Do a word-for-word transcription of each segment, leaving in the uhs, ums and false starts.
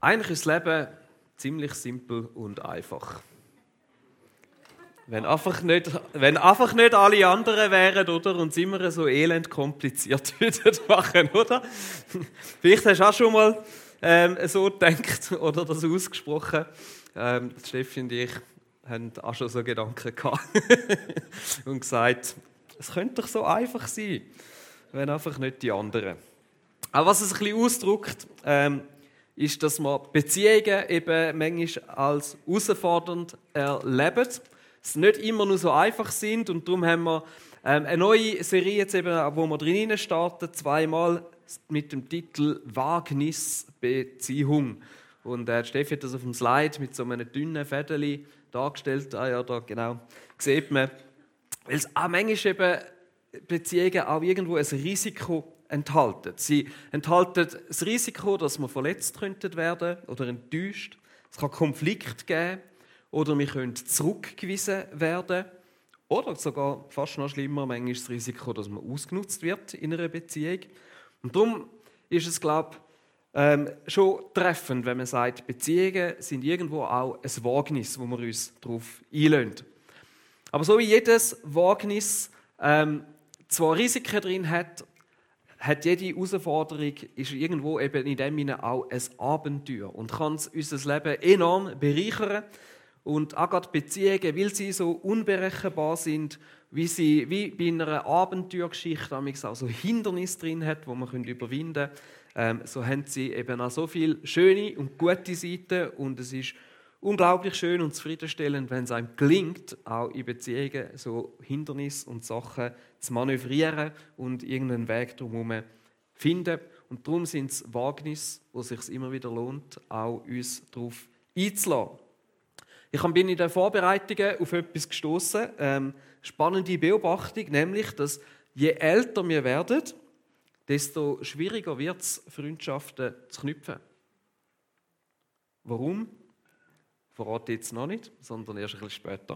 Eigentlich ist das Leben ziemlich simpel und einfach. Wenn einfach nicht, wenn einfach nicht alle anderen wären, oder? Und es immer so elend kompliziert würden machen, oder? Vielleicht hast du auch schon mal ähm, so gedacht oder das ausgesprochen. Ähm, Steffi und ich haben auch schon so Gedanken gehabt und gesagt, es könnte doch so einfach sein, wenn einfach nicht die anderen. Aber was es ein bisschen ausdrückt, ähm, ist, dass wir Beziehungen eben manchmal als herausfordernd erleben. Es nicht immer nur so einfach sind und darum haben wir ähm, eine neue Serie jetzt eben, wo wir drin starten, zweimal mit dem Titel Wagnisbeziehung. Und äh, Steffi hat das auf dem Slide mit so einem dünnen Fädeli dargestellt. Ah ja, da genau sieht man. Weil es auch manchmal eben Beziehungen auch irgendwo ein Risiko enthalten. Sie enthalten das Risiko, dass wir verletzt könnten werden oder enttäuscht. Es kann Konflikt geben oder wir können zurückgewiesen werden. Oder sogar, fast noch schlimmer, manchmal das Risiko, dass man ausgenutzt wird in einer Beziehung. Und darum ist es, glaube ich, ähm, schon treffend, wenn man sagt, Beziehungen sind irgendwo auch ein Wagnis, wo wir uns darauf einlassen. Aber so wie jedes Wagnis ähm, zwar Risiken drin hat, hat jede Herausforderung ist irgendwo eben in dem Sinne auch ein Abenteuer und kann unser Leben enorm bereichern. Und auch gerade Beziehungen, weil sie so unberechenbar sind, wie sie wie bei einer Abenteuergeschichte auch so Hindernisse drin hat, die man überwinden können, ähm, so haben sie eben auch so viele schöne und gute Seiten und es ist unglaublich schön und zufriedenstellend, wenn es einem gelingt, auch in Beziehungen so Hindernisse und Sachen zu manövrieren und irgendeinen Weg drumherum finden. Und darum sind es Wagnisse, wo es sich immer wieder lohnt, auch uns darauf einzulassen. Ich bin in den Vorbereitungen auf etwas gestoßen, ähm, spannende Beobachtung, nämlich, dass je älter wir werden, desto schwieriger wird es, Freundschaften zu knüpfen. Warum? Verrate ich jetzt noch nicht, sondern erst ein bisschen später.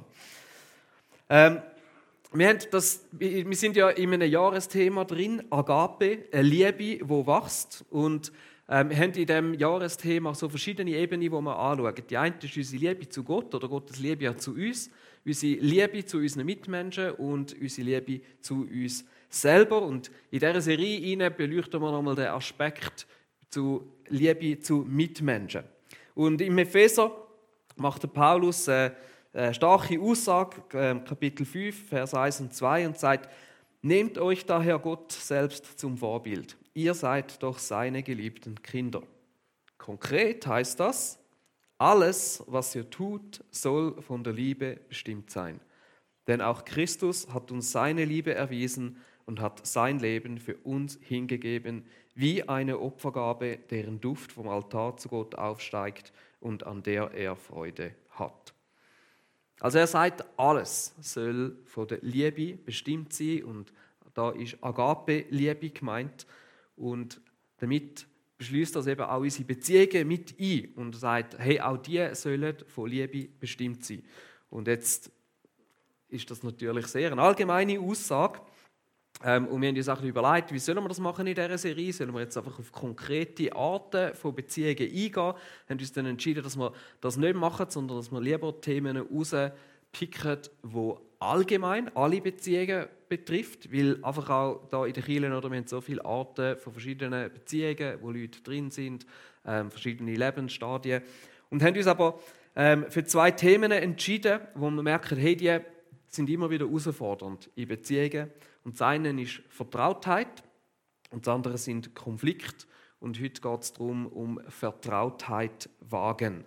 Ähm, wir, haben das, wir sind ja in einem Jahresthema drin, Agape, eine Liebe, die wächst. Und ähm, wir haben in diesem Jahresthema so verschiedene Ebenen, die wir anschauen. Die eine ist unsere Liebe zu Gott oder Gottes Liebe auch zu uns, unsere Liebe zu unseren Mitmenschen und unsere Liebe zu uns selber. Und in dieser Serie beleuchten wir nochmal den Aspekt zu Liebe zu Mitmenschen. Und im Epheser macht der Paulus eine starke Aussage, Kapitel fünf, Vers eins und zwei, und sagt, nehmt euch daher Gott selbst zum Vorbild. Ihr seid doch seine geliebten Kinder. Konkret heißt das, alles, was ihr tut, soll von der Liebe bestimmt sein. Denn auch Christus hat uns seine Liebe erwiesen und hat sein Leben für uns hingegeben, wie eine Opfergabe, deren Duft vom Altar zu Gott aufsteigt und an der er Freude hat. Also er sagt, alles soll von der Liebe bestimmt sein und da ist Agape-Liebe gemeint und damit beschließt das eben auch unsere Beziehungen mit ein und sagt, hey, auch die sollen von Liebe bestimmt sein. Und jetzt ist das natürlich sehr eine allgemeine Aussage. Ähm, und wir haben uns auch überlegt, wie sollen wir das machen in dieser Serie? Sollen wir jetzt einfach auf konkrete Arten von Beziehungen eingehen? Wir haben uns dann entschieden, dass wir das nicht machen, sondern dass wir lieber Themen rauspicken, die allgemein alle Beziehungen betrifft. Weil einfach auch da in den Kirchen, oder, wir haben so viele Arten von verschiedenen Beziehungen, wo Leute drin sind, ähm, verschiedene Lebensstadien. Und haben uns aber ähm, für zwei Themen entschieden, wo wir merken, hey, die sind immer wieder herausfordernd in Beziehungen. Und das eine ist Vertrautheit und das andere sind Konflikt. Und heute geht es darum, um Vertrautheit wagen.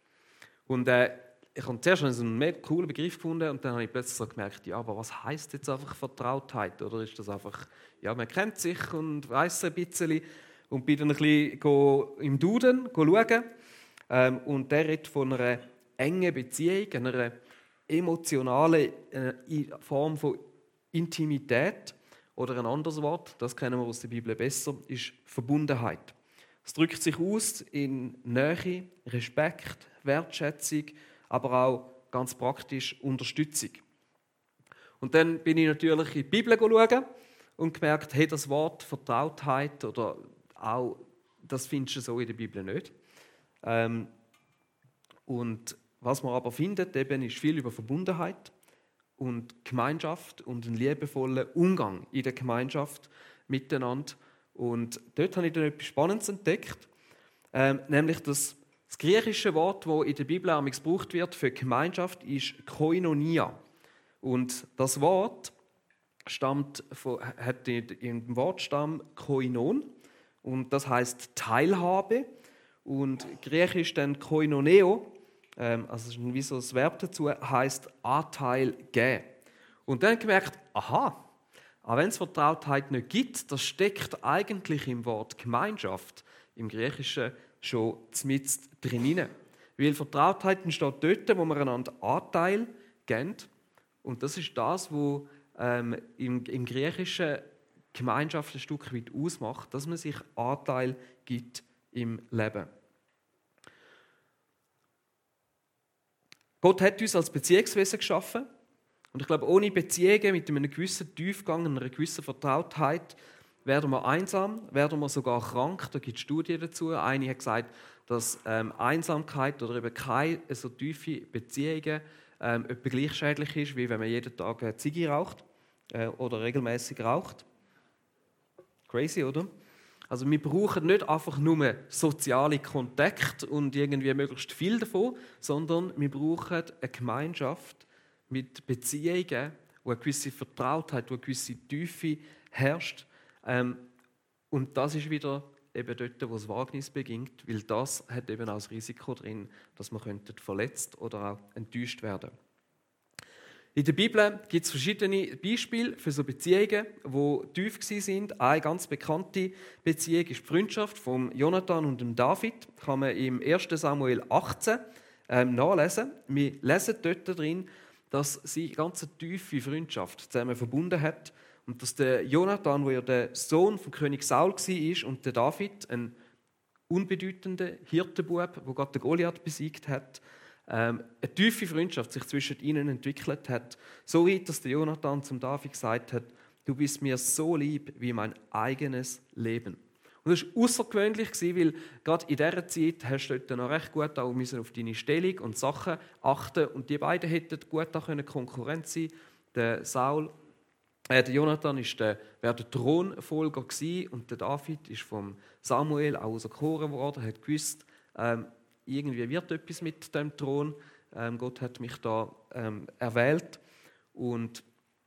Und äh, ich habe zuerst so einen mega coolen Begriff gefunden und dann habe ich plötzlich so gemerkt, ja, aber was heisst jetzt einfach Vertrautheit? Oder ist das einfach, ja, man kennt sich und weiss ein bisschen und bin dann ein bisschen go, im Duden schauen. Ähm, und der redet von einer engen Beziehung, einer emotionalen äh, Form von Intimität oder ein anderes Wort, das kennen wir aus der Bibel besser, ist Verbundenheit. Es drückt sich aus in Nähe, Respekt, Wertschätzung, aber auch ganz praktisch Unterstützung. Und dann bin ich natürlich in die Bibel schauen und gemerkt, hey, das Wort Vertrautheit oder auch, das findest du so in der Bibel nicht. Ähm, und was man aber findet, eben, ist viel über Verbundenheit und Gemeinschaft und einen liebevollen Umgang in der Gemeinschaft miteinander. Und dort habe ich dann etwas Spannendes entdeckt, ähm, nämlich dass das griechische Wort, das in der Bibel auch gebraucht wird für Gemeinschaft, ist Koinonia. Und das Wort stammt von, hat im Wortstamm Koinon und das heißt Teilhabe. Und griechisch dann Koinoneo, ähm, also wie so das Verb dazu, heißt Anteil geben. Und dann gemerkt, aha, auch wenn es Vertrautheit nicht gibt, das steckt eigentlich im Wort Gemeinschaft im Griechischen schon mitten drin. Weil Vertrautheit entsteht dort, wo man einander Anteil geben. Und das ist das, was ähm, im, im Griechischen Gemeinschaft ein Stück weit ausmacht, dass man sich Anteil gibt im Leben. Gott hat uns als Beziehungswesen geschaffen. Und ich glaube, ohne Beziehungen mit einem gewissen Tiefgang, einer gewissen Vertrautheit, werden wir einsam, werden wir sogar krank. Da gibt es Studien dazu. Eine hat gesagt, dass ähm, Einsamkeit oder eben keine so tiefe Beziehungen ähm, etwa gleich schädlich ist, wie wenn man jeden Tag eine Zigarre raucht äh, oder regelmäßig raucht. Crazy, oder? Also wir brauchen nicht einfach nur soziale Kontakte und irgendwie möglichst viel davon, sondern wir brauchen eine Gemeinschaft mit Beziehungen, wo eine gewisse Vertrautheit, wo eine gewisse Tiefe herrscht. Ähm, und das ist wieder eben dort, wo das Wagnis beginnt, weil das hat eben auch das Risiko drin, dass man verletzt oder auch enttäuscht werden könnte. In der Bibel gibt es verschiedene Beispiele für so Beziehungen, die tief sind. Eine ganz bekannte Beziehung ist die Freundschaft von Jonathan und dem David. Das kann man im ersten Samuel achtzehn ähm, nachlesen. Wir lesen dort drin, dass sie eine ganz tiefe Freundschaft zusammen verbunden hat und dass der Jonathan, der ja der Sohn von König Saul war, und der David, ein unbedeutender Hirtenbub, der gerade den Goliath besiegt hat, ähm, eine tiefe Freundschaft sich zwischen ihnen entwickelt hat. So weit, dass der Jonathan zum David gesagt hat: Du bist mir so lieb wie mein eigenes Leben. Und das war außergewöhnlich, weil gerade in dieser Zeit hast du dort noch recht gut auch auf deine Stellung und Sachen achten. Und die beiden hätten gut auch Konkurrenz sein können. Der Saul, äh, der Jonathan ist der, wäre der Thronfolger gewesen, und der David ist vom Samuel auch auserkoren worden, hat gewusst, ähm, irgendwie wird etwas mit dem Thron. Ähm, Gott hat mich da ähm, erwählt. Und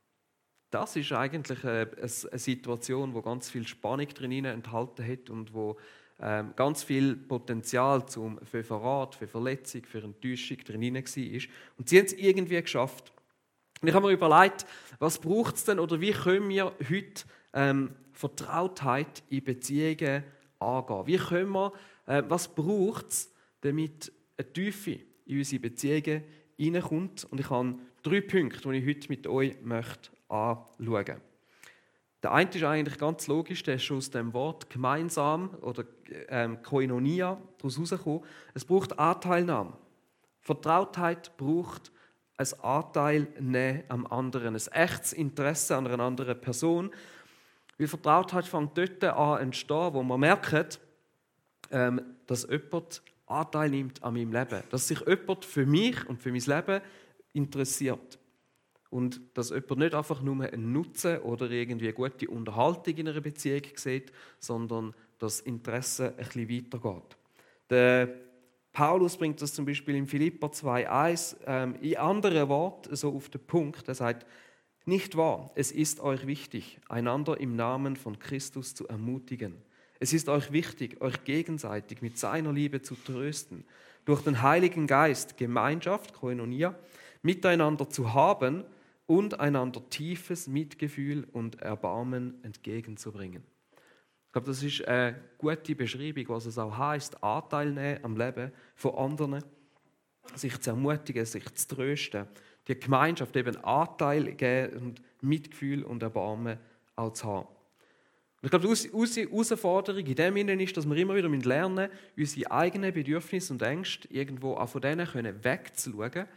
das ist eigentlich eine, eine Situation, wo ganz viel Spannung drin enthalten hat und wo ähm, ganz viel Potenzial zum, für Verrat, für Verletzung, für Enttäuschung drin war. Und sie haben es irgendwie geschafft. Und ich habe mir überlegt, was braucht es denn oder wie können wir heute ähm, Vertrautheit in Beziehungen angehen? Wie können wir, äh, was braucht es, damit eine Tiefe in unsere Beziehungen hineinkommt? Und ich habe drei Punkte, die ich heute mit euch möchte anschauen. Der eine ist eigentlich ganz logisch, der ist schon aus dem Wort gemeinsam oder ähm, Koinonia daraus herausgekommen. Es braucht Anteilnahme. Vertrautheit braucht ein Anteil nehmen am anderen, ein echtes Interesse an einer anderen Person. Weil Vertrautheit fängt dort an zu entstehen, wo man merkt, ähm, dass jemand Anteil nimmt an meinem Leben. Dass sich jemand für mich und für mein Leben interessiert. Und dass jemand nicht einfach nur einen Nutzen oder irgendwie eine gute Unterhaltung in einer Beziehung sieht, sondern das Interesse ein bisschen weitergeht. Der Paulus bringt das zum Beispiel in Philipper zwei eins ähm, in anderen Worten so auf den Punkt. Er sagt: Nicht wahr, es ist euch wichtig, einander im Namen von Christus zu ermutigen. Es ist euch wichtig, euch gegenseitig mit seiner Liebe zu trösten, durch den Heiligen Geist Gemeinschaft, Koinonia, miteinander zu haben und einander tiefes Mitgefühl und Erbarmen entgegenzubringen. Ich glaube, das ist eine gute Beschreibung, was es auch heisst, Anteil nehmen am Leben von anderen, sich zu ermutigen, sich zu trösten, die Gemeinschaft eben Anteil geben und Mitgefühl und Erbarmen auch zu haben. Und ich glaube, unsere Herausforderung in dem Sinne ist, dass wir immer wieder lernen müssen, unsere eigenen Bedürfnisse und Ängste irgendwo auch von denen wegzuschauen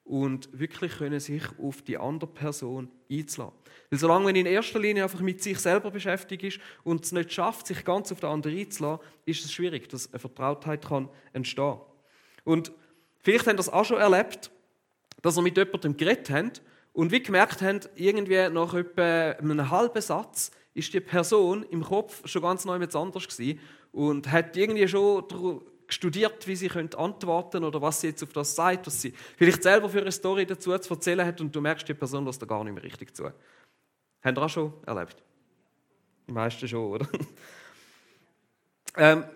und wirklich können sich auf die andere Person einzulassen. Weil solange man in erster Linie einfach mit sich selber beschäftigt ist und es nicht schafft, sich ganz auf den anderen einzulassen, ist es schwierig, dass eine Vertrautheit kann entstehen kann. Und vielleicht habt ihr das auch schon erlebt, dass ihr mit jemandem geredet habt und wie gemerkt habt, irgendwie nach etwa einem halben Satz ist die Person im Kopf schon ganz neu mit anders gewesen und hat irgendwie schon studiert, wie sie antworten könnte oder was sie jetzt auf das sagt, was sie vielleicht selber für eine Story dazu zu erzählen hat und du merkst, die Person lässt da gar nicht mehr richtig zu. Habt ihr auch schon erlebt? Die meisten schon, oder? ähm,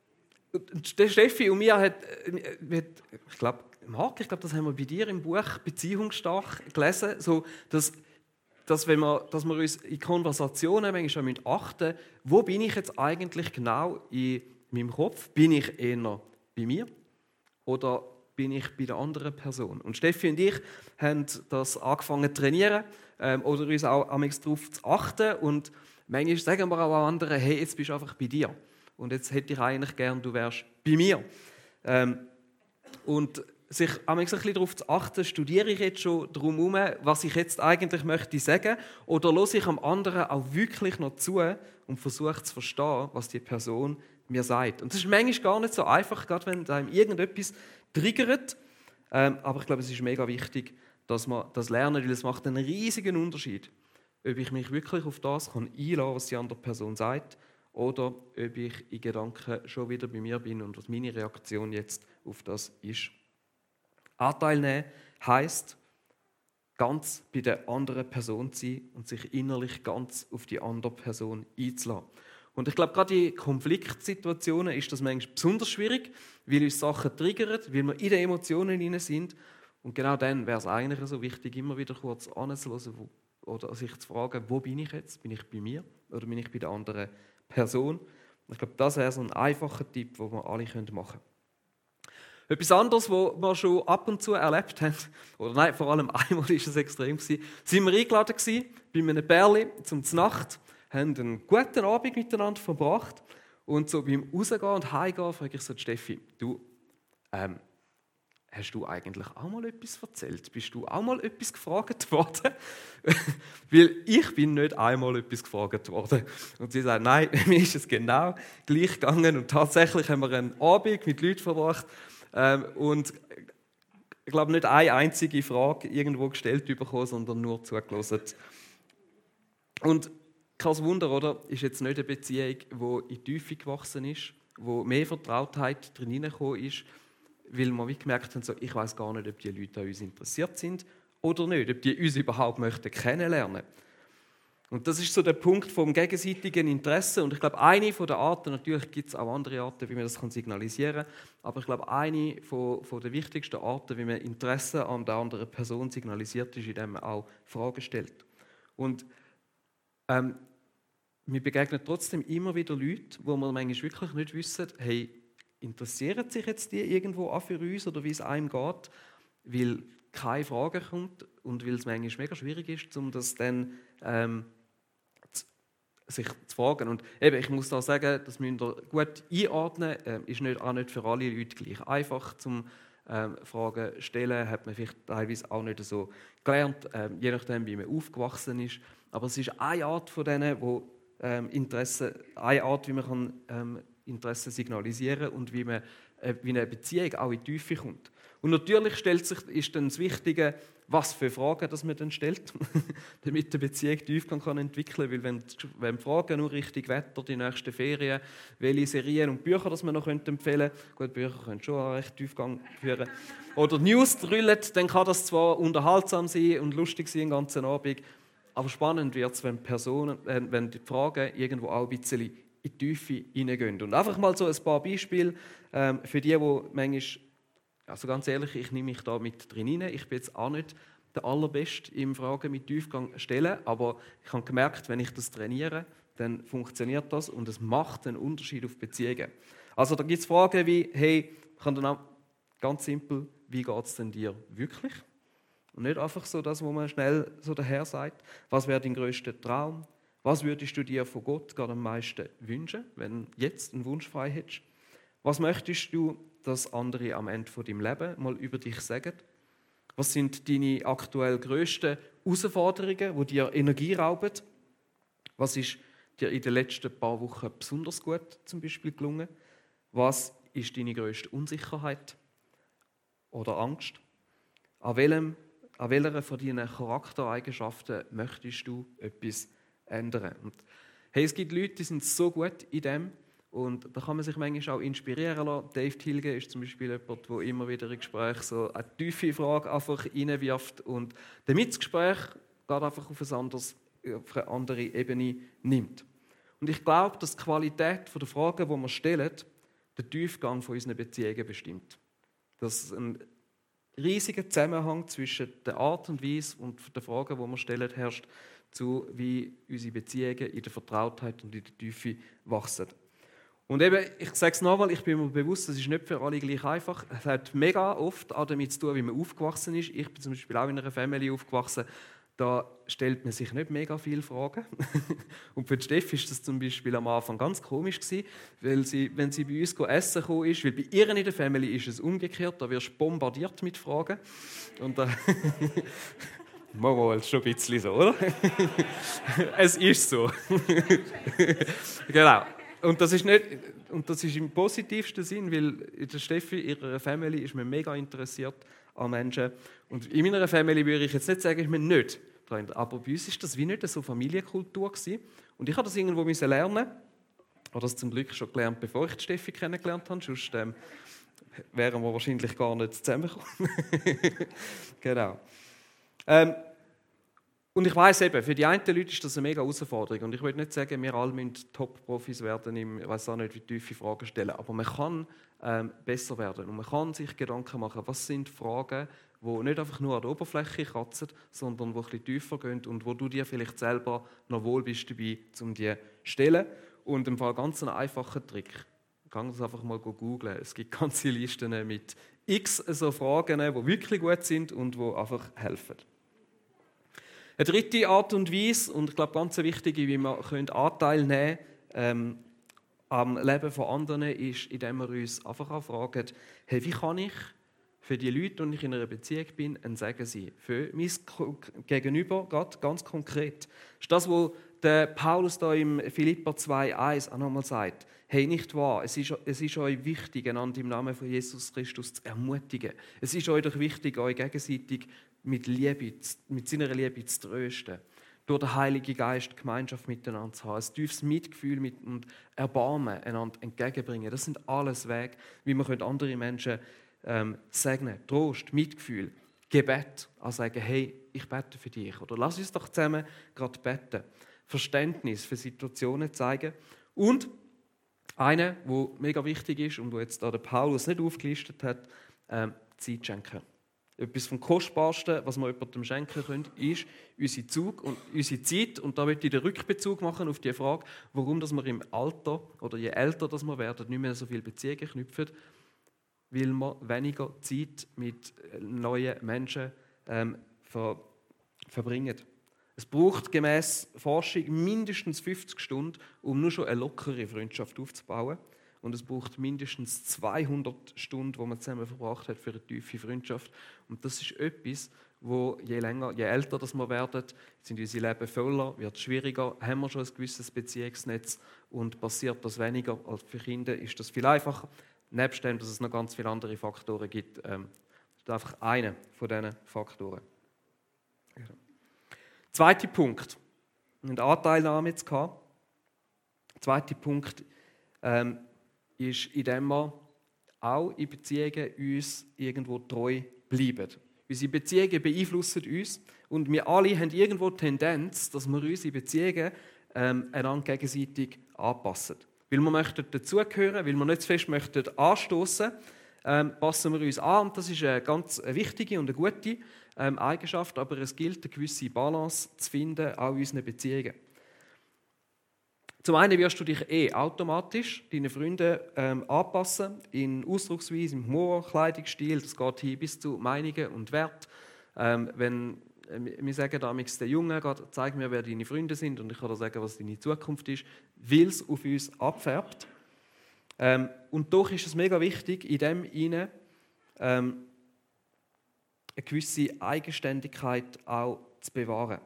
der Steffi und mir hat, hat ich glaube, Marc, ich glaube, das haben wir bei dir im Buch «Beziehungsstark» gelesen, so, dass, dass, wenn wir, dass wir uns in Konversationen manchmal achten müssen, wo bin ich jetzt eigentlich genau in meinem Kopf? Bin ich eher bei mir oder bin ich bei der anderen Person? Und Steffi und ich haben das angefangen zu trainieren ähm, oder uns auch darauf zu achten. Und manchmal sagen wir auch anderen, hey, jetzt bist du einfach bei dir. Und jetzt hätte ich eigentlich gern, du wärst bei mir. Ähm, und sich ein bisschen darauf zu achten, studiere ich jetzt schon darum herum, was ich jetzt eigentlich möchte sagen, oder höre ich am anderen auch wirklich noch zu und versuche zu verstehen, was die Person mir sagt. Und das ist manchmal gar nicht so einfach, gerade wenn einem irgendetwas triggert. Ähm, aber ich glaube, es ist mega wichtig, dass man das lernen, weil es macht einen riesigen Unterschied, ob ich mich wirklich auf das kann einlassen kann, was die andere Person sagt, oder ob ich in Gedanken schon wieder bei mir bin und was meine Reaktion jetzt auf das ist. Anteil nehmen heisst, ganz bei der anderen Person zu sein und sich innerlich ganz auf die andere Person einzulassen. Und ich glaube, gerade in Konfliktsituationen ist das manchmal besonders schwierig, weil uns Sachen triggern, weil wir in den Emotionen hinein sind. Und genau dann wäre es eigentlich so wichtig, immer wieder kurz anzuhören oder sich zu fragen, wo bin ich jetzt? Bin ich bei mir oder bin ich bei der anderen Person? Und ich glaube, das wäre so ein einfacher Tipp, den wir alle machen können. Etwas anderes, was wir schon ab und zu erlebt haben, oder nein, vor allem einmal war es extrem, waren wir eingeladen bei einem Pärchen zum Znacht, haben einen guten Abend miteinander verbracht und so beim Rausgehen und Heimgehen frage ich so die Steffi, du, ähm, hast du eigentlich auch mal etwas erzählt? Bist du auch mal etwas gefragt worden? Weil ich bin nicht einmal etwas gefragt worden. Und sie sagt, nein, mir ist es genau gleich gegangen und tatsächlich haben wir einen Abend mit Leuten verbracht ähm, und ich glaube nicht eine einzige Frage irgendwo gestellt bekommen, sondern nur zugelassen. Und kein Wunder, oder? Ist jetzt nicht eine Beziehung, die in die Tiefe gewachsen ist, wo mehr Vertrautheit drin hineingekommen ist, weil wir wie gemerkt haben, so, ich weiß gar nicht, ob die Leute an uns interessiert sind oder nicht, ob die uns überhaupt möchten kennenlernen. Und das ist so der Punkt vom gegenseitigen Interesse. Und ich glaube, eine der Arten, natürlich gibt es auch andere Arten, wie man das signalisieren kann, aber ich glaube, eine von, von der wichtigsten Arten, wie man Interesse an der anderen Person signalisiert, ist, indem man auch Fragen stellt. Und ähm, wir begegnen trotzdem immer wieder Leute, wo wir manchmal wirklich nicht wissen, hey, interessieren sich jetzt die irgendwo auch für uns oder wie es einem geht, weil keine Frage kommt und weil es manchmal mega schwierig ist, um das dann ähm, zu, sich zu fragen. Und eben, ich muss da sagen, das müsst ihr gut einordnen, äh, ist nicht, auch nicht für alle Leute gleich einfach zum ähm, Fragen stellen, hat man vielleicht teilweise auch nicht so gelernt, ähm, je nachdem, wie man aufgewachsen ist. Aber es ist eine Art von denen, wo ähm, Interesse, eine Art, wie man kann, ähm, Interesse signalisieren und wie, man, äh, wie eine Beziehung auch in die Tiefe kommt. Und natürlich stellt sich, ist dann das Wichtige, was für Fragen das man dann stellt, damit die Beziehung tief kann, kann entwickeln kann. Weil wenn, wenn die Fragen nur richtig Wetter, die nächsten Ferien, welche Serien und Bücher das man noch empfehlen könnte, gut, Bücher können schon einen recht Tiefgang führen, oder News drüllen, dann kann das zwar unterhaltsam sein und lustig sein den ganzen Abend, aber spannend wird es, wenn, Personen, äh, wenn die Fragen irgendwo auch ein bisschen in die Tiefe hineingehen. Und einfach mal so ein paar Beispiele ähm, für die, die manchmal, also ganz ehrlich, ich nehme mich da mit drin rein. Ich bin jetzt auch nicht der Allerbeste im Fragen mit Tiefgang stellen, aber ich habe gemerkt, wenn ich das trainiere, dann funktioniert das und es macht einen Unterschied auf Beziehungen. Also da gibt es Fragen wie, hey, ich kann dann auch ganz simpel, wie geht es denn dir wirklich? Und nicht einfach so das, was man schnell so daher sagt. Was wäre dein grösster Traum? Was würdest du dir von Gott gerade am meisten wünschen, wenn du jetzt einen Wunsch frei hättest? Was möchtest du, dass andere am Ende von deinem Leben mal über dich sagen? Was sind deine aktuell grössten Herausforderungen, die dir Energie rauben? Was ist dir in den letzten paar Wochen besonders gut zum Beispiel gelungen? Was ist deine grösste Unsicherheit oder Angst? An, welchem, an welcher von deinen Charaktereigenschaften möchtest du etwas ändern? Und hey, es gibt Leute, die sind so gut in dem und da kann man sich manchmal auch inspirieren lassen. Dave Tilge ist zum Beispiel jemand, der immer wieder in Gespräch so eine tiefe Frage einfach reinwirft und damit das Gespräch gerade einfach auf, ein anderes, auf eine andere Ebene nimmt. Und ich glaube, dass die Qualität der Fragen, die wir stellen, den Tiefgang von unseren Beziehungen bestimmt. Dass ein riesiger Zusammenhang zwischen der Art und Weise und den Fragen, die wir stellen, herrscht, zu wie unsere Beziehungen in der Vertrautheit und in der Tiefe wachsen. Und eben, ich sage es nochmal, ich bin mir bewusst, das ist nicht für alle gleich einfach. Es hat mega oft auch damit zu tun, wie man aufgewachsen ist. Ich bin zum Beispiel auch in einer Familie aufgewachsen, da stellt man sich nicht mega viele Fragen. Und für die Steffi war das zum Beispiel am Anfang ganz komisch gewesen, weil sie, wenn sie bei uns essen gekommen ist, weil bei ihr in der Familie ist es umgekehrt, da wirst du bombardiert mit Fragen. Und da Mal, ist schon ein bisschen so, oder? Es ist so. Genau. Und das ist nicht, und das ist im positivsten Sinn, weil in der Steffi, ihrer Family, ist man mega interessiert an Menschen. Und in meiner Family würde ich jetzt nicht sagen, ich bin nicht dran. Aber bei uns ist das wie nicht so Familienkultur gewesen. Und ich habe das irgendwo müssen lernen. Ich habe das zum Glück schon gelernt, bevor ich die Steffi kennengelernt habe. Sonst ähm, wären wir wahrscheinlich gar nicht zusammengekommen. Genau. Ähm, und ich weiss eben, für die einen Leute ist das eine mega Herausforderung. Und ich will nicht sagen, wir alle müssen Top-Profis werden, im, ich weiss auch nicht, wie tiefe Fragen stellen. Aber man kann ähm, besser werden. Und man kann sich Gedanken machen, was sind Fragen, die nicht einfach nur an der Oberfläche kratzen, sondern die ein bisschen tiefer gehen und wo du dir vielleicht selber noch wohl bist dabei, um die zu stellen. Und im Fall ganz einen einfachen Trick. Gang das einfach mal googeln. Es gibt ganze Listen mit x so Fragen, die wirklich gut sind und die einfach helfen. Eine dritte Art und Weise, und ich glaube ganz wichtige, wie wir Anteil nehmen können ähm, am Leben von anderen, ist, indem wir uns einfach auch fragen, hey, wie kann ich für die Leute, die ich in einer Beziehung bin, ein Segen sein? Für mein Gegenüber, gerade ganz konkret. Das ist das, was der Paulus da im Philipper zwei eins auch nochmal sagt. Hey, nicht wahr, es ist, es ist euch wichtig, einander im Namen von Jesus Christus zu ermutigen. Es ist euch doch wichtig, euch gegenseitig mit Liebe, mit seiner Liebe zu trösten. Durch den Heiligen Geist Gemeinschaft miteinander zu haben. Ein tiefes Mitgefühl mit und Erbarmen einander entgegenbringen. Das sind alles Wege, wie man andere Menschen ähm, segnen. Trost, Mitgefühl, Gebet. Also sagen, hey, ich bete für dich. Oder lass uns doch zusammen gerade beten. Verständnis für Situationen zeigen. Und eine, wo mega wichtig ist und wo jetzt da der Paulus nicht aufgelistet hat, ähm, Zeit schenken. Etwas vom Kostbarsten, was wir jemandem schenken können, ist unsere, Zug und unsere Zeit. Und da möchte ich den Rückbezug machen auf die Frage, warum dass wir im Alter oder je älter dass wir werden, nicht mehr so viele Beziehungen knüpfen, weil wir weniger Zeit mit neuen Menschen ähm, ver- verbringen. Es braucht gemäss Forschung mindestens fünfzig Stunden, um nur schon eine lockere Freundschaft aufzubauen. Und es braucht mindestens zweihundert Stunden, die man zusammen verbracht hat für eine tiefe Freundschaft. Und das ist etwas, wo je länger, je älter das wir werden, sind unsere Leben voller, wird es schwieriger, haben wir schon ein gewisses Beziehungsnetz und passiert das weniger als für Kinder, ist das viel einfacher. Nebst dem, dass es noch ganz viele andere Faktoren gibt, ähm, das ist einfach einer von diesen Faktoren. Ja. Zweiter Punkt. Wir hatten Anteilnahme jetzt gehabt. Zweiter Punkt ähm, ist, indem wir auch in Beziehungen uns irgendwo treu bleiben. Unsere Beziehungen beeinflussen uns und wir alle haben irgendwo die Tendenz, dass wir unsere Beziehungen ähm, einander gegenseitig anpassen. Weil wir möchten dazugehören, weil wir nicht zu fest möchten anstoßen, ähm, passen wir uns an. Und das ist eine ganz wichtige und eine gute ähm, Eigenschaft, aber es gilt, eine gewisse Balance zu finden, auch in unseren Beziehungen. Zum einen wirst du dich eh automatisch deinen Freunden ähm, anpassen, in Ausdrucksweise, im Humor, Kleidungsstil, das geht hin bis zu Meinungen und Wert. Ähm, wenn äh, wir sagen damals der Junge, zeig mir, wer deine Freunde sind und ich kann dir sagen, was deine Zukunft ist, weil es auf uns abfärbt. Ähm, und doch ist es mega wichtig, in dem hinein ähm, eine gewisse Eigenständigkeit auch zu bewahren.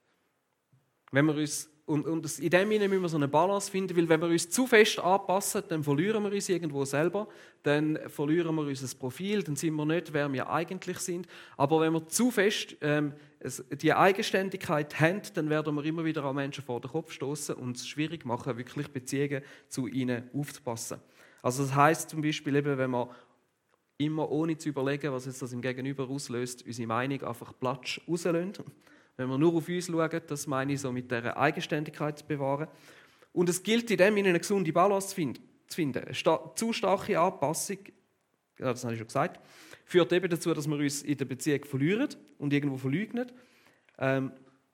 Wenn wir uns, und, und in dem Sinne müssen wir so eine Balance finden, weil wenn wir uns zu fest anpassen, dann verlieren wir uns irgendwo selber, dann verlieren wir unser Profil, dann sind wir nicht, wer wir eigentlich sind. Aber wenn wir zu fest ähm, die Eigenständigkeit haben, dann werden wir immer wieder an Menschen vor den Kopf stoßen und es schwierig machen, wirklich Beziehungen zu ihnen aufzupassen. Also das heisst zum Beispiel, eben, wenn wir immer ohne zu überlegen, was jetzt das im Gegenüber auslöst, unsere Meinung einfach platsch rauslassen. Wenn wir nur auf uns schauen, das meine ich so mit dieser Eigenständigkeit zu bewahren. Und es gilt in dem, eine gesunde Balance zu finden. Eine sta- zu starke Anpassung, ja, das habe ich schon gesagt, führt eben dazu, dass wir uns in der Beziehung verlieren und irgendwo verleugnen. Ähm,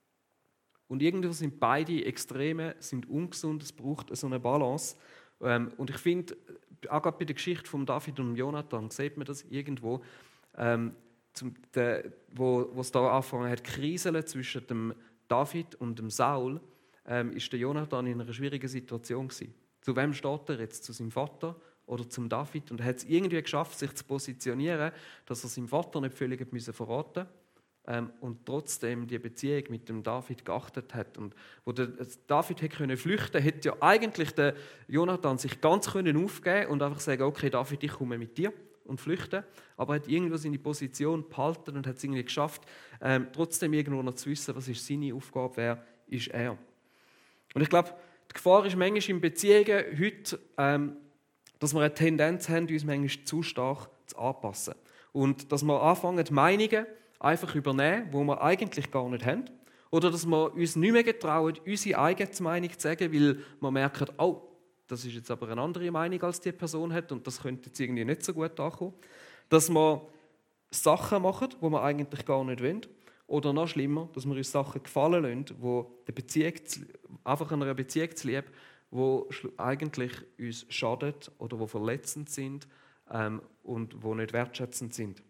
und irgendwo sind beide Extreme sind ungesund, es braucht so eine Balance. Ähm, und ich finde, auch gerade bei der Geschichte von David und Jonathan sieht man das irgendwo, ähm, zum, de, wo, wo es da angefangen hat, kriseln zwischen dem David und dem Saul, ähm, ist der Jonathan in einer schwierigen Situation gewesen. Zu wem steht er jetzt? Zu seinem Vater oder zum David? Und er hat es irgendwie geschafft, sich zu positionieren, dass er seinem Vater nicht völlig hat müssen verraten ähm, und trotzdem die Beziehung mit dem David geachtet hat. Und wo der David hätte können flüchten, hätte ja eigentlich der Jonathan sich ganz können aufgeben und einfach sagen: Okay, David, ich komme mit dir und flüchten, aber er hat irgendwo seine Position behalten und hat es irgendwie geschafft, ähm, trotzdem irgendwo noch zu wissen, was ist seine Aufgabe, wer ist er. Und ich glaube, die Gefahr ist manchmal in Beziehungen heute, ähm, dass wir eine Tendenz haben, uns manchmal zu stark zu anpassen. Und dass wir anfangen, Meinungen einfach übernehmen, die wir eigentlich gar nicht haben. Oder dass wir uns nicht mehr getrauen, unsere eigene Meinung zu sagen, weil wir merken: Oh, das ist jetzt aber eine andere Meinung, als die Person hat und das könnte jetzt irgendwie nicht so gut ankommen. Dass wir Sachen machen, die wir eigentlich gar nicht wollen. Oder noch schlimmer, dass wir uns Sachen gefallen lassen, die der Beziehung, einfach einer Beziehung zu lieb, die eigentlich uns schadet oder die verletzend sind ähm, und die nicht wertschätzend sind.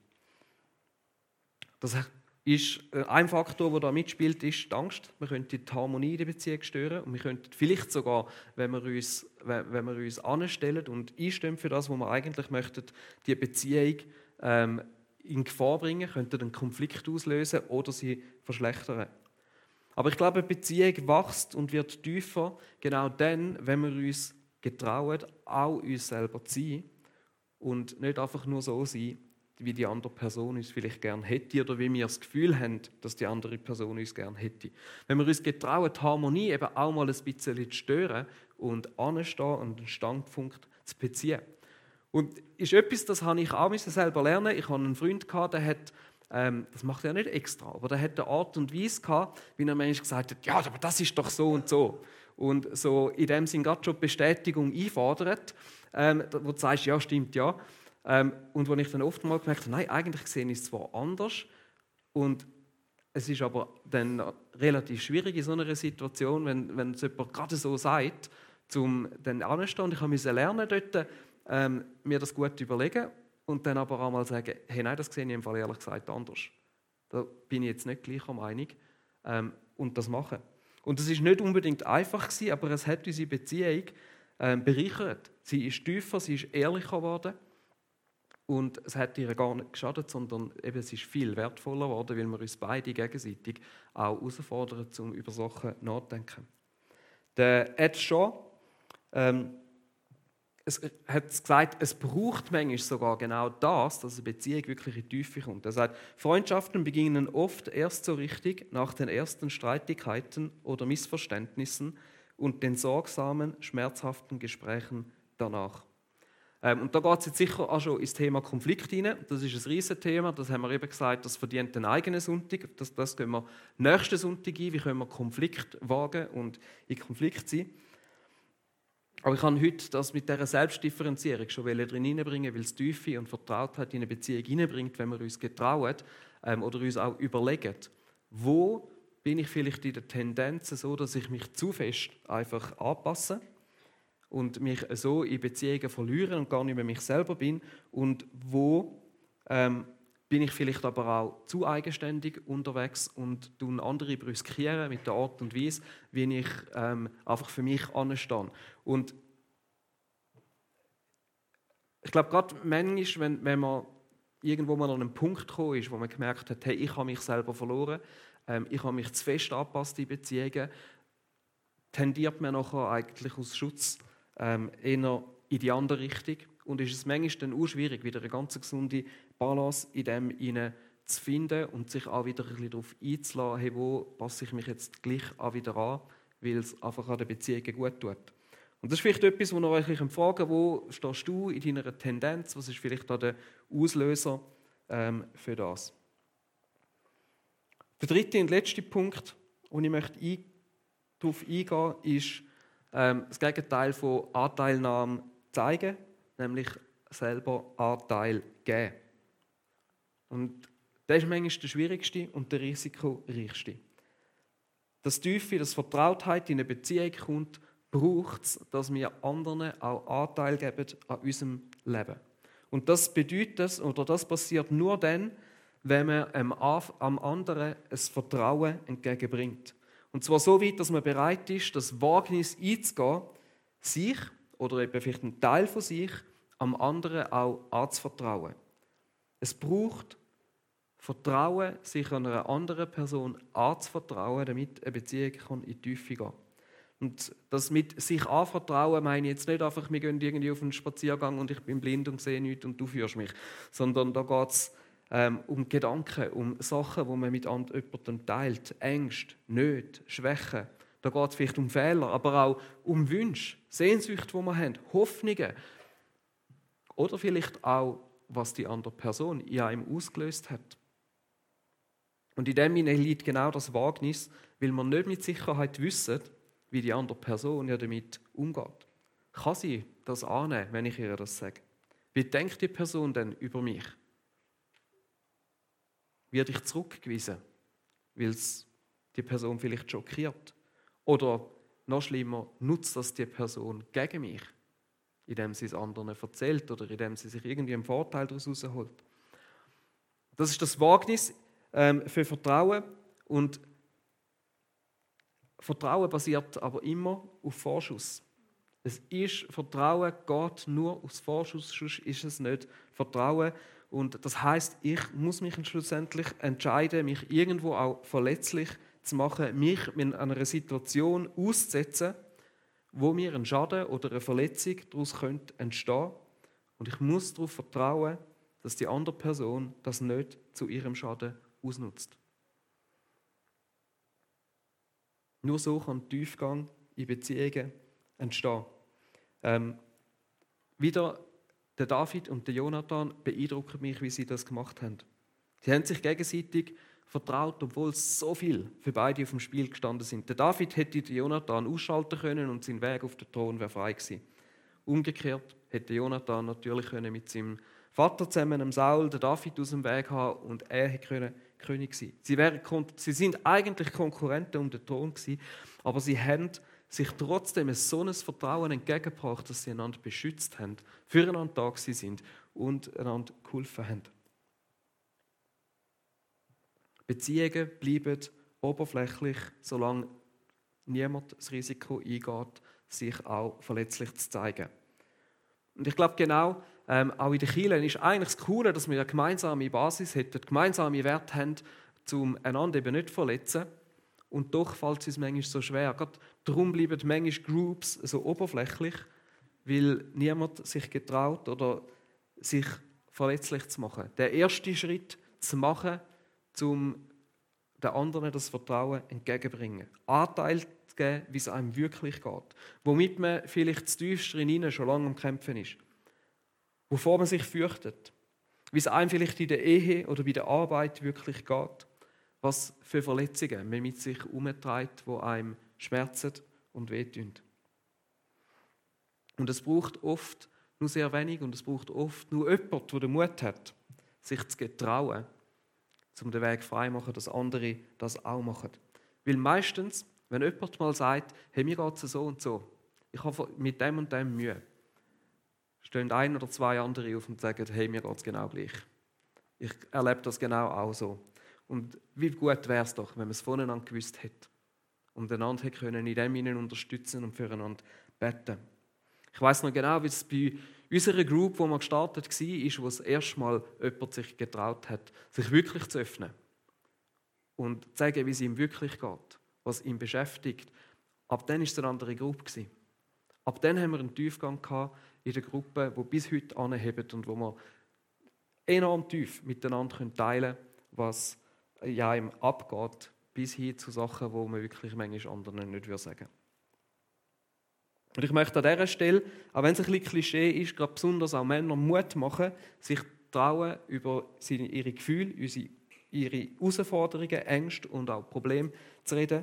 Das ist ein Faktor, der da mitspielt, ist die Angst. Wir könnten die Harmonie in der Beziehung stören und wir könnten vielleicht sogar, wenn wir uns, wenn wir uns anstellen und einstehen für das, was wir eigentlich möchten, die Beziehung ähm, in Gefahr bringen, könnten einen Konflikt auslösen oder sie verschlechtern. Aber ich glaube, eine Beziehung wächst und wird tiefer, genau dann, wenn wir uns getrauen, auch uns selber zu sein und nicht einfach nur so sein, wie die andere Person uns vielleicht gerne hätte oder wie wir das Gefühl haben, dass die andere Person uns gerne hätte. Wenn wir uns getrauen, die Harmonie eben auch mal ein bisschen zu stören und anzustehen und einen Standpunkt zu beziehen. Und ist etwas, das habe ich auch selber lernen. Ich hatte einen Freund, der hat, ähm, das macht er nicht extra, aber der hat eine Art und Weise gehabt, wie er manchmal gesagt hat: Ja, aber das ist doch so und so. Und so in dem Sinn gerade schon die Bestätigung einfordert, ähm, wo du sagst: Ja, stimmt, ja. Ähm, und wo ich dann oft mal gemerkt habe, nein, eigentlich sehe ich es zwar anders, und es ist aber dann relativ schwierig in so einer Situation, wenn, wenn es jemand gerade so sagt, um dann anzustehen. Und ich musste lernen, dort, ähm, mir das gut überlegen und dann aber auch mal sagen: Hey, nein, das sehe ich im Fall ehrlich gesagt anders. Da bin ich jetzt nicht gleicher Meinung ähm, und das machen. Und das ist nicht unbedingt einfach gewesen, aber es hat unsere Beziehung ähm, bereichert. Sie ist tiefer, sie ist ehrlicher geworden. Und es hat ihr gar nicht geschadet, sondern eben, es ist viel wertvoller geworden, weil wir uns beide gegenseitig auch herausfordern, um über Sachen nachzudenken. Der Ed Shaw ähm, es hat gesagt, es braucht manchmal sogar genau das, dass eine Beziehung wirklich in die Tiefe kommt. Er sagt, Freundschaften beginnen oft erst so richtig nach den ersten Streitigkeiten oder Missverständnissen und den sorgsamen, schmerzhaften Gesprächen danach. Ähm, und da geht es jetzt sicher auch schon ins Thema Konflikt hinein. Das ist ein riesiges Thema. Das haben wir eben gesagt, das verdient einen eigenen Sonntag. Das, das gehen wir nächsten Sonntag ein. Wie können wir Konflikt wagen und in Konflikt sein? Aber ich kann heute das mit dieser Selbstdifferenzierung schon drin hineinbringen, weil es Tiefe und Vertrautheit in eine Beziehung hineinbringt, wenn wir uns getrauen ähm, oder uns auch überlegen, wo bin ich vielleicht in der Tendenz so, dass ich mich zu fest einfach anpasse und mich so in Beziehungen verliere und gar nicht mehr mich selber bin, und wo ähm, bin ich vielleicht aber auch zu eigenständig unterwegs und tun andere brüskieren mit der Art und Weise, wie ich ähm, einfach für mich anstehe. Und ich glaube, gerade manchmal, wenn, wenn man irgendwo mal an einen Punkt gekommen ist, wo man gemerkt hat, hey, ich habe mich selber verloren, ähm, ich habe mich zu fest angepasst in Beziehungen, tendiert man nachher eigentlich aus Schutz ähm, eher in die andere Richtung. Und ist es manchmal dann auch schwierig, wieder eine ganz gesunde Balance in dem hinein zu finden und sich auch wieder ein bisschen darauf einzulassen, hey, wo passe ich mich jetzt gleich auch wieder an, weil es einfach an der Beziehung gut tut. Und das ist vielleicht etwas, wo ihr euch fragen könnt, wo stehst du in deiner Tendenz, was ist vielleicht auch der Auslöser ähm, für das. Der dritte und letzte Punkt, wo ich möchte ein, darauf eingehen möchte, ist ähm, das Gegenteil von Anteilnahme zeigen, nämlich selber Anteil geben. Und das ist manchmal der schwierigste und der risikoreichste. Das Tiefe, das Vertrautheit in eine Beziehung kommt, braucht es, dass wir anderen auch Anteil geben an unserem Leben. Und das bedeutet, oder das passiert nur dann, wenn man am anderen ein Vertrauen entgegenbringt. Und zwar so weit, dass man bereit ist, das Wagnis einzugehen, sich oder eben vielleicht einen Teil von sich am anderen auch anzuvertrauen. Es braucht Vertrauen, sich einer anderen Person anzuvertrauen, damit eine Beziehung in die Tiefe gehen kann. Und das mit sich anvertrauen meine ich jetzt nicht einfach, wir gehen irgendwie auf einen Spaziergang und ich bin blind und sehe nichts und du führst mich. Sondern da geht es ähm, um Gedanken, um Sachen, die man mit jemandem teilt. Ängste, Nöte, Schwächen. Da geht es vielleicht um Fehler, aber auch um Wünsche, Sehnsüchte, die wir haben, Hoffnungen. Oder vielleicht auch, was die andere Person in einem ausgelöst hat. Und in dem liegt genau das Wagnis, weil wir nicht mit Sicherheit wissen, wie die andere Person ja damit umgeht. Kann sie das annehmen, wenn ich ihr das sage? Wie denkt die Person denn über mich? Werde ich zurückgewiesen, weil es die Person vielleicht schockiert? Oder noch schlimmer, nutzt das die Person gegen mich, indem sie es anderen erzählt oder indem sie sich irgendwie einen Vorteil daraus herausholt? Das ist das Wagnis ähm, für Vertrauen. Und Vertrauen basiert aber immer auf Vorschuss. Es ist, Vertrauen geht nur aus Vorschuss, sonst ist es nicht Vertrauen. Und das heisst, ich muss mich schlussendlich entscheiden, mich irgendwo auch verletzlich zu machen, mich in einer Situation auszusetzen, wo mir ein Schaden oder eine Verletzung daraus könnte entstehen. Und ich muss darauf vertrauen, dass die andere Person das nicht zu ihrem Schaden ausnutzt. Nur so kann Tiefgang in Beziehungen entstehen. Ähm, wieder der David und der Jonathan beeindrucken mich, wie sie das gemacht haben. Sie haben sich gegenseitig vertraut, obwohl so viel für beide auf dem Spiel gestanden sind. Der David hätte den Jonathan ausschalten können und sein Weg auf den Thron wäre frei gewesen. Umgekehrt hätte Jonathan natürlich können mit seinem Vater zusammen, dem Saul, den David aus dem Weg haben und er hätte können König sein. Sie, wären, sie sind eigentlich Konkurrenten um den Thron gewesen, aber sie haben sich trotzdem so ein Vertrauen entgegengebracht, dass sie einander beschützt haben, füreinander da gewesen sind und einander geholfen haben. Beziehungen bleiben oberflächlich, solange niemand das Risiko eingeht, sich auch verletzlich zu zeigen. Und ich glaube genau, ähm, auch in den Kirchen ist eigentlich das Coole, dass wir eine gemeinsame Basis hätten, gemeinsame Werte haben, um einander eben nicht zu verletzen. Und doch fällt es uns manchmal so schwer. Gerade darum bleiben manchmal Groups so oberflächlich, weil niemand sich getraut oder sich verletzlich zu machen. Der erste Schritt zu machen, um den anderen das Vertrauen entgegenzubringen. Anteil zu geben, wie es einem wirklich geht. Womit man vielleicht das tiefste hinein schon lange am Kämpfen ist. Wovor man sich fürchtet. Wie es einem vielleicht in der Ehe oder bei der Arbeit wirklich geht. Was für Verletzungen man mit sich herumträgt, die einem schmerzen und wehtun. Und es braucht oft nur sehr wenig und es braucht oft nur jemand, der den Mut hat, sich zu getrauen, um den Weg frei zu machen, dass andere das auch machen. Weil meistens, wenn jemand mal sagt, hey, mir geht es so und so, ich habe mit dem und dem Mühe, stehen ein oder zwei andere auf und sagen, hey, mir geht es genau gleich. Ich erlebe das genau auch so. Und wie gut wäre es doch, wenn man es voneinander gewusst hätte und einander hätte können, in dem ihnen unterstützen und füreinander beten. Ich weiss noch genau, wie es bei, Unsere Group, wo wir gestartet war, ist, wo das erste Mal jemand sich getraut hat, sich wirklich zu öffnen und zu sagen, wie es ihm wirklich geht, was ihn beschäftigt. Ab dann war es eine andere Gruppe. Ab dann haben wir einen Tiefgang in der Gruppe, der bis heute anhebt und wo wir enorm tief miteinander teilen können, was ja ihm abgeht, bis hin zu Sachen, die man wirklich manchmal anderen nicht sagen würde. Und ich möchte an dieser Stelle, auch wenn es ein bisschen Klischee ist, gerade besonders auch Männer Mut machen, sich trauen, über seine, ihre Gefühle, unsere, ihre Herausforderungen, Ängste und auch Probleme zu reden,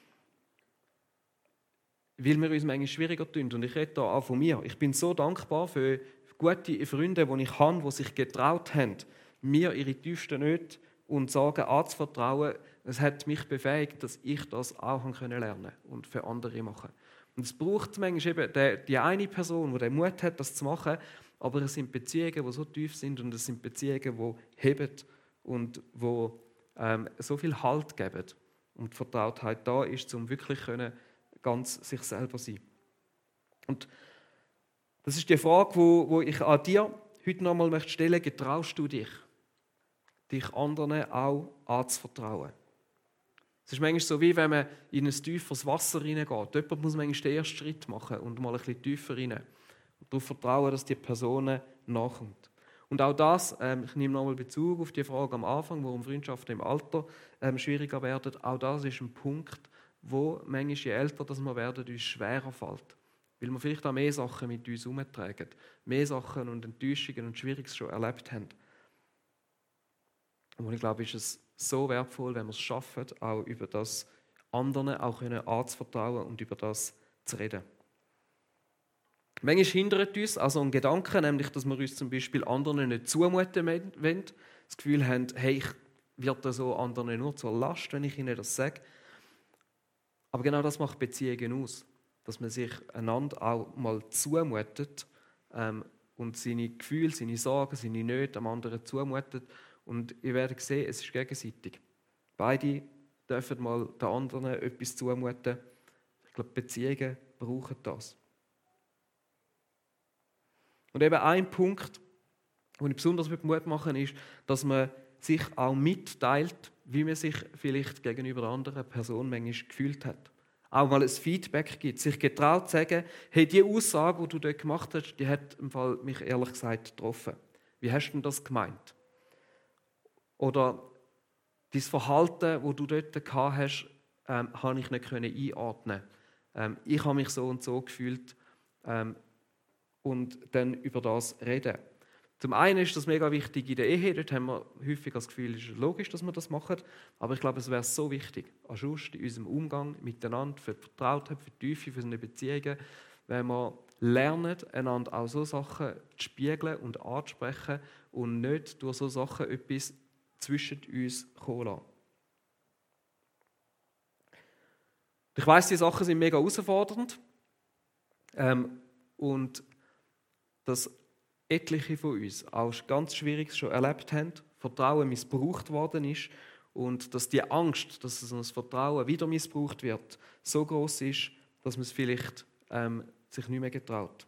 weil wir uns manchmal schwieriger tun. Und ich rede da auch von mir. Ich bin so dankbar für gute Freunde, die ich habe, die sich getraut haben, mir ihre tiefsten Nöte und Sorgen anzuvertrauen. Es hat mich befähigt, dass ich das auch lernen konnte und für andere machen. Und es braucht manchmal eben die eine Person, die den Mut hat, das zu machen, aber es sind Beziehungen, die so tief sind und es sind Beziehungen, die heben und die ähm, so viel Halt geben und die Vertrautheit da ist, um wirklich können, ganz sich selber zu sein. Und das ist die Frage, wo, wo ich an dir heute noch einmal stellen möchte. Getraust du dich, dich anderen auch anzuvertrauen? Es ist manchmal so, wie wenn man in ein tieferes Wasser reingeht. Jemand muss manchmal den ersten Schritt machen und mal ein bisschen tiefer rein. Und darauf vertrauen, dass die Person nachkommt. Und auch das, ähm, ich nehme nochmal Bezug auf die Frage am Anfang, warum Freundschaften im Alter ähm, schwieriger werden. Auch das ist ein Punkt, wo manchmal, je älter das wir werden, uns schwerer fällt. Weil wir vielleicht auch mehr Sachen mit uns herumtragen, mehr Sachen und Enttäuschungen und Schwieriges schon erlebt haben. Und ich glaube, ist es so wertvoll, wenn wir es schaffen, auch über das anderen auch anzuvertrauen und über das zu reden. Manchmal hindert uns also ein Gedanke, nämlich, dass wir uns zum Beispiel anderen nicht zumuten wollen, das Gefühl haben, hey, ich werde so anderen nur zur Last, wenn ich ihnen das sage. Aber genau das macht Beziehungen aus, dass man sich einander auch mal zumutet ähm, und seine Gefühle, seine Sorgen, seine Nöte am anderen zumutet. Und ihr werdet sehen, es ist gegenseitig. Beide dürfen mal den anderen etwas zumuten. Ich glaube, Beziehungen brauchen das. Und eben ein Punkt, den ich besonders Mut machen will, ist, dass man sich auch mitteilt, wie man sich vielleicht gegenüber der anderen Person manchmal gefühlt hat. Auch mal ein Feedback gibt, sich getraut zu sagen, hey, die Aussage, die du dort gemacht hast, die hat im Fall mich ehrlich gesagt getroffen. Wie hast du denn das gemeint? Oder dein Verhalten, das du dort gehabt hast, ähm, habe ich nicht einordnen. Ähm, ich habe mich so und so gefühlt ähm, und dann über das reden. Zum einen ist das mega wichtig in der Ehe, dort haben wir häufig das Gefühl, es ist logisch, dass wir das machen, aber ich glaube, es wäre so wichtig, anschluss in unserem Umgang miteinander, für die Vertrautheit, für die Tiefe, für unsere Beziehungen, wenn wir lernen, einander auch so Sachen zu spiegeln und anzusprechen und nicht durch so Sachen etwas zwischen uns kommen lassen. Ich weiss, diese Sachen sind mega herausfordernd ähm, und das etliche von uns auch ganz Schwieriges schon erlebt haben, Vertrauen missbraucht worden ist und dass die Angst, dass das Vertrauen wieder missbraucht wird, so groß ist, dass man es vielleicht ähm, sich nicht mehr getraut.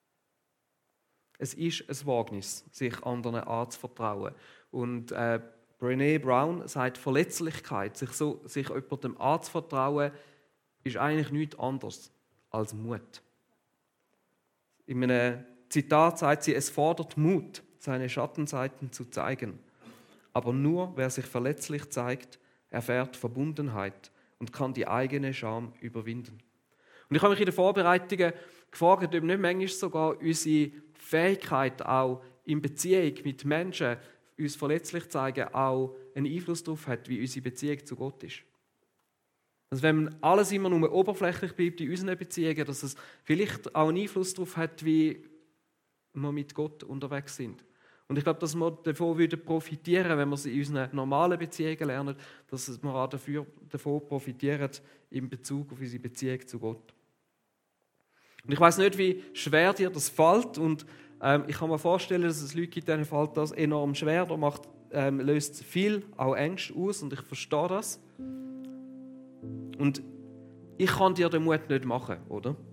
Es ist ein Wagnis, sich anderen anzuvertrauen. Und äh, Brené Brown sagt, Verletzlichkeit, sich, so, sich jemandem anzuvertrauen, ist eigentlich nichts anderes als Mut. In einem Zitat sagt sie, es fordert Mut, seine Schattenseiten zu zeigen. Aber nur wer sich verletzlich zeigt, erfährt Verbundenheit und kann die eigene Scham überwinden. Und ich habe mich in den Vorbereitungen gefragt, ob nicht manchmal sogar unsere Fähigkeit, auch in Beziehung mit Menschen uns verletzlich zeigen, auch einen Einfluss darauf hat, wie unsere Beziehung zu Gott ist. Also wenn alles immer nur oberflächlich bleibt in unseren Beziehungen, dass es vielleicht auch einen Einfluss darauf hat, wie wir mit Gott unterwegs sind. Und ich glaube, dass wir davon profitieren würden, wenn wir es in unseren normalen Beziehungen lernen, dass wir auch dafür, davon profitieren in Bezug auf unsere Beziehung zu Gott. Und ich weiß nicht, wie schwer dir das fällt. Und ähm, ich kann mir vorstellen, dass es Leute gibt, denen fällt das enorm schwer. Da macht, ähm, löst viel auch Ängste aus und ich verstehe das. Und ich kann dir den Mut nicht machen, oder?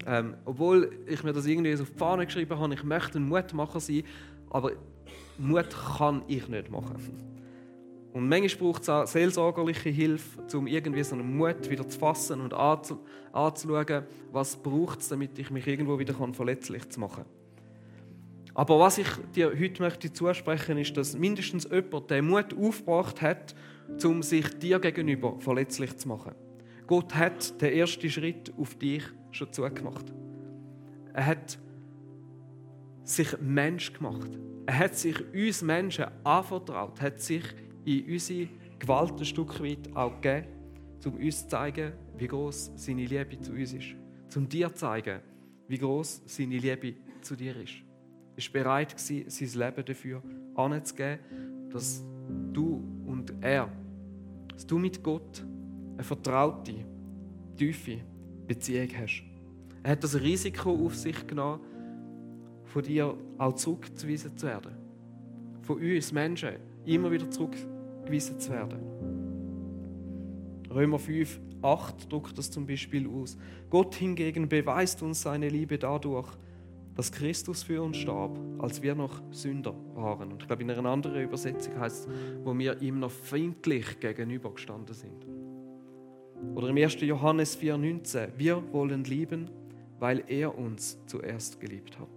Ähm, obwohl ich mir das irgendwie so auf die Fahne geschrieben habe, ich möchte ein Mutmacher sein, aber Mut kann ich nicht machen. Und manchmal braucht es auch seelsorgerliche Hilfe, um irgendwie so einen Mut wieder zu fassen und anzuschauen, was braucht es, damit ich mich irgendwo wieder verletzlich zu machen kann. Aber was ich dir heute möchte zusprechen, ist, dass mindestens jemand den Mut aufgebracht hat, um sich dir gegenüber verletzlich zu machen. Gott hat den ersten Schritt auf dich schon zugemacht. Er hat sich Mensch gemacht. Er hat sich uns Menschen anvertraut, hat sich in unsere Gewalt ein Stück weit auch gegeben, um uns zu zeigen, wie groß seine Liebe zu uns ist. Um dir zu zeigen, wie groß seine Liebe zu dir ist. Er war bereit, sein Leben dafür anzugeben, dass du und er, dass du mit Gott eine vertraute, tiefe Beziehung hast. Er hat das Risiko auf sich genommen, von dir auch zurückgewiesen zu werden. Von uns Menschen immer wieder zurückgewiesen zu werden. Römer fünf, acht drückt das zum Beispiel aus. Gott hingegen beweist uns seine Liebe dadurch, dass Christus für uns starb, als wir noch Sünder waren. Und ich glaube, in einer anderen Übersetzung heißt es, wo wir ihm noch feindlich gegenübergestanden sind. Oder im ersten Johannes vier, neunzehn, wir wollen lieben, weil er uns zuerst geliebt hat.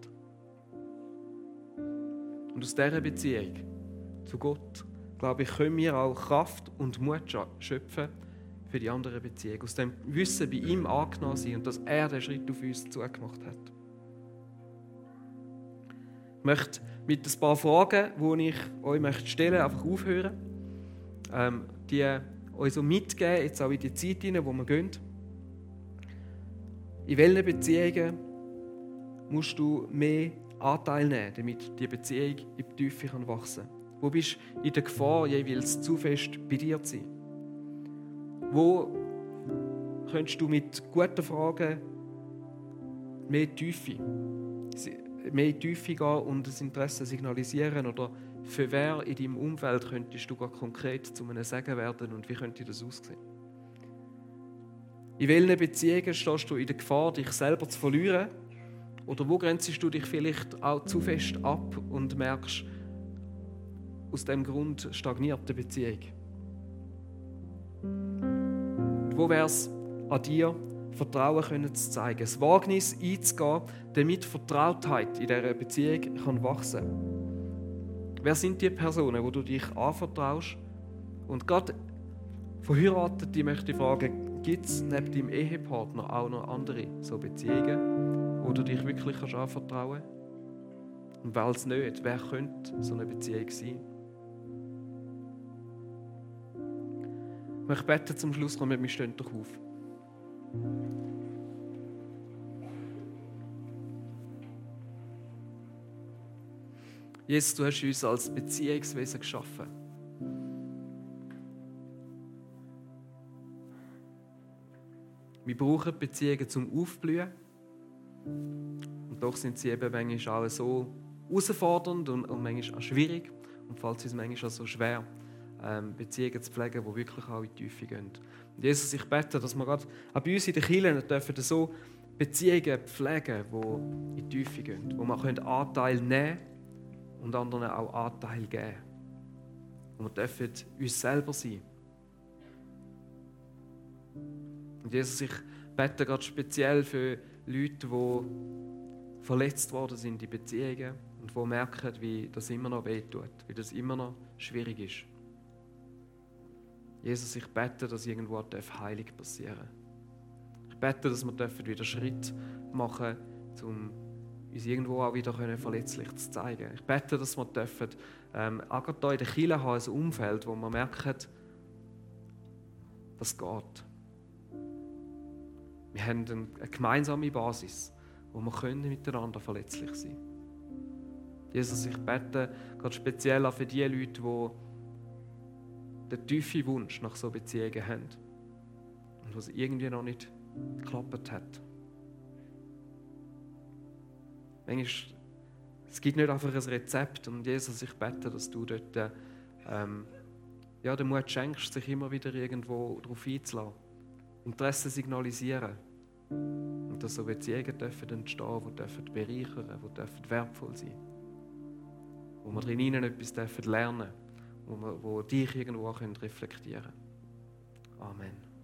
Und aus dieser Beziehung zu Gott, glaube ich, können wir auch Kraft und Mut schöpfen für die andere Beziehung. Aus dem Wissen, bei ihm angenommen sein und dass er den Schritt auf uns zugemacht hat. Ich möchte mit ein paar Fragen, die ich euch stellen möchte, einfach aufhören. Ähm, die euch so mitgeben, jetzt auch in die Zeit hinein, wo wir gehen. In welchen Beziehungen musst du mehr Anteil nehmen, damit die Beziehung in die Tiefe wachsen kann? Wo bist du in der Gefahr, jeweils zu fest bei dir zu sein? Wo könntest du mit guten Fragen mehr Tiefe, mehr in die Tiefe gehen und das Interesse signalisieren? Oder für wer in deinem Umfeld könntest du konkret zu einem Segen werden und wie könnte das aussehen? In welchen Beziehungen stehst du in der Gefahr, dich selber zu verlieren? Oder wo grenzt du dich vielleicht auch zu fest ab und merkst, aus diesem Grund stagniert die Beziehung? Und wo wäre es an dir, Vertrauen können zu zeigen, das Wagnis einzugehen, damit Vertrautheit in dieser Beziehung kann wachsen kann? Wer sind die Personen, wo du dich anvertraust? Und gerade Verheiratete möchte ich fragen, gibt es neben deinem Ehepartner auch noch andere so Beziehungen, wo du dich wirklich kannst anvertrauen kannst? Und weil es nicht, wer könnte so eine Beziehung sein? Ich möchte beten zum Schluss kommen, wir stehen doch auf. Jesus, du hast uns als Beziehungswesen geschaffen. Wir brauchen Beziehungen zum Aufblühen. Und doch sind sie eben manchmal auch so herausfordernd und, und manchmal auch schwierig. Und fällt es uns manchmal auch so schwer, ähm, Beziehungen zu pflegen, die wirklich auch in die Tiefe gehen. Und Jesus, ich bete, dass wir gerade auch bei uns in den Kirchen dürfen so Beziehungen pflegen, die in die Tiefe gehen, wo wir Anteil nehmen können und anderen auch Anteil geben. Und wir dürfen uns selber sein. Und Jesus, ich bete gerade speziell für Leute, die verletzt worden sind in Beziehungen und die merken, wie das immer noch wehtut, wie das immer noch schwierig ist. Jesus, ich bete, dass irgendwo Heilung passieren darf. Ich bete, dass wir wieder Schritt machen dürfen, um uns irgendwo auch wieder verletzlich zu zeigen. Ich bete, dass wir dürfen, ähm, auch gerade hier in der Kirche haben, ein Umfeld, wo wir merken, das geht. Wir haben eine gemeinsame Basis, wo wir können miteinander verletzlich sein können. Jesus, ich bete gerade speziell auch für die Leute, die den tiefen Wunsch nach so Beziehungen haben und was irgendwie noch nicht geklappt hat. Manchmal, es gibt nicht einfach ein Rezept und Jesus, ich bete, dass du dort ähm, ja, den Mut schenkst, sich immer wieder irgendwo darauf einzulassen. Interesse signalisieren. Und dass so Beziehungen dürfen entstehen, die dürfen bereichern, die dürfen wertvoll sein. Wo wir drinnen etwas dürfen lernen, wo, wir, wo dich irgendwo auch reflektieren können. Amen.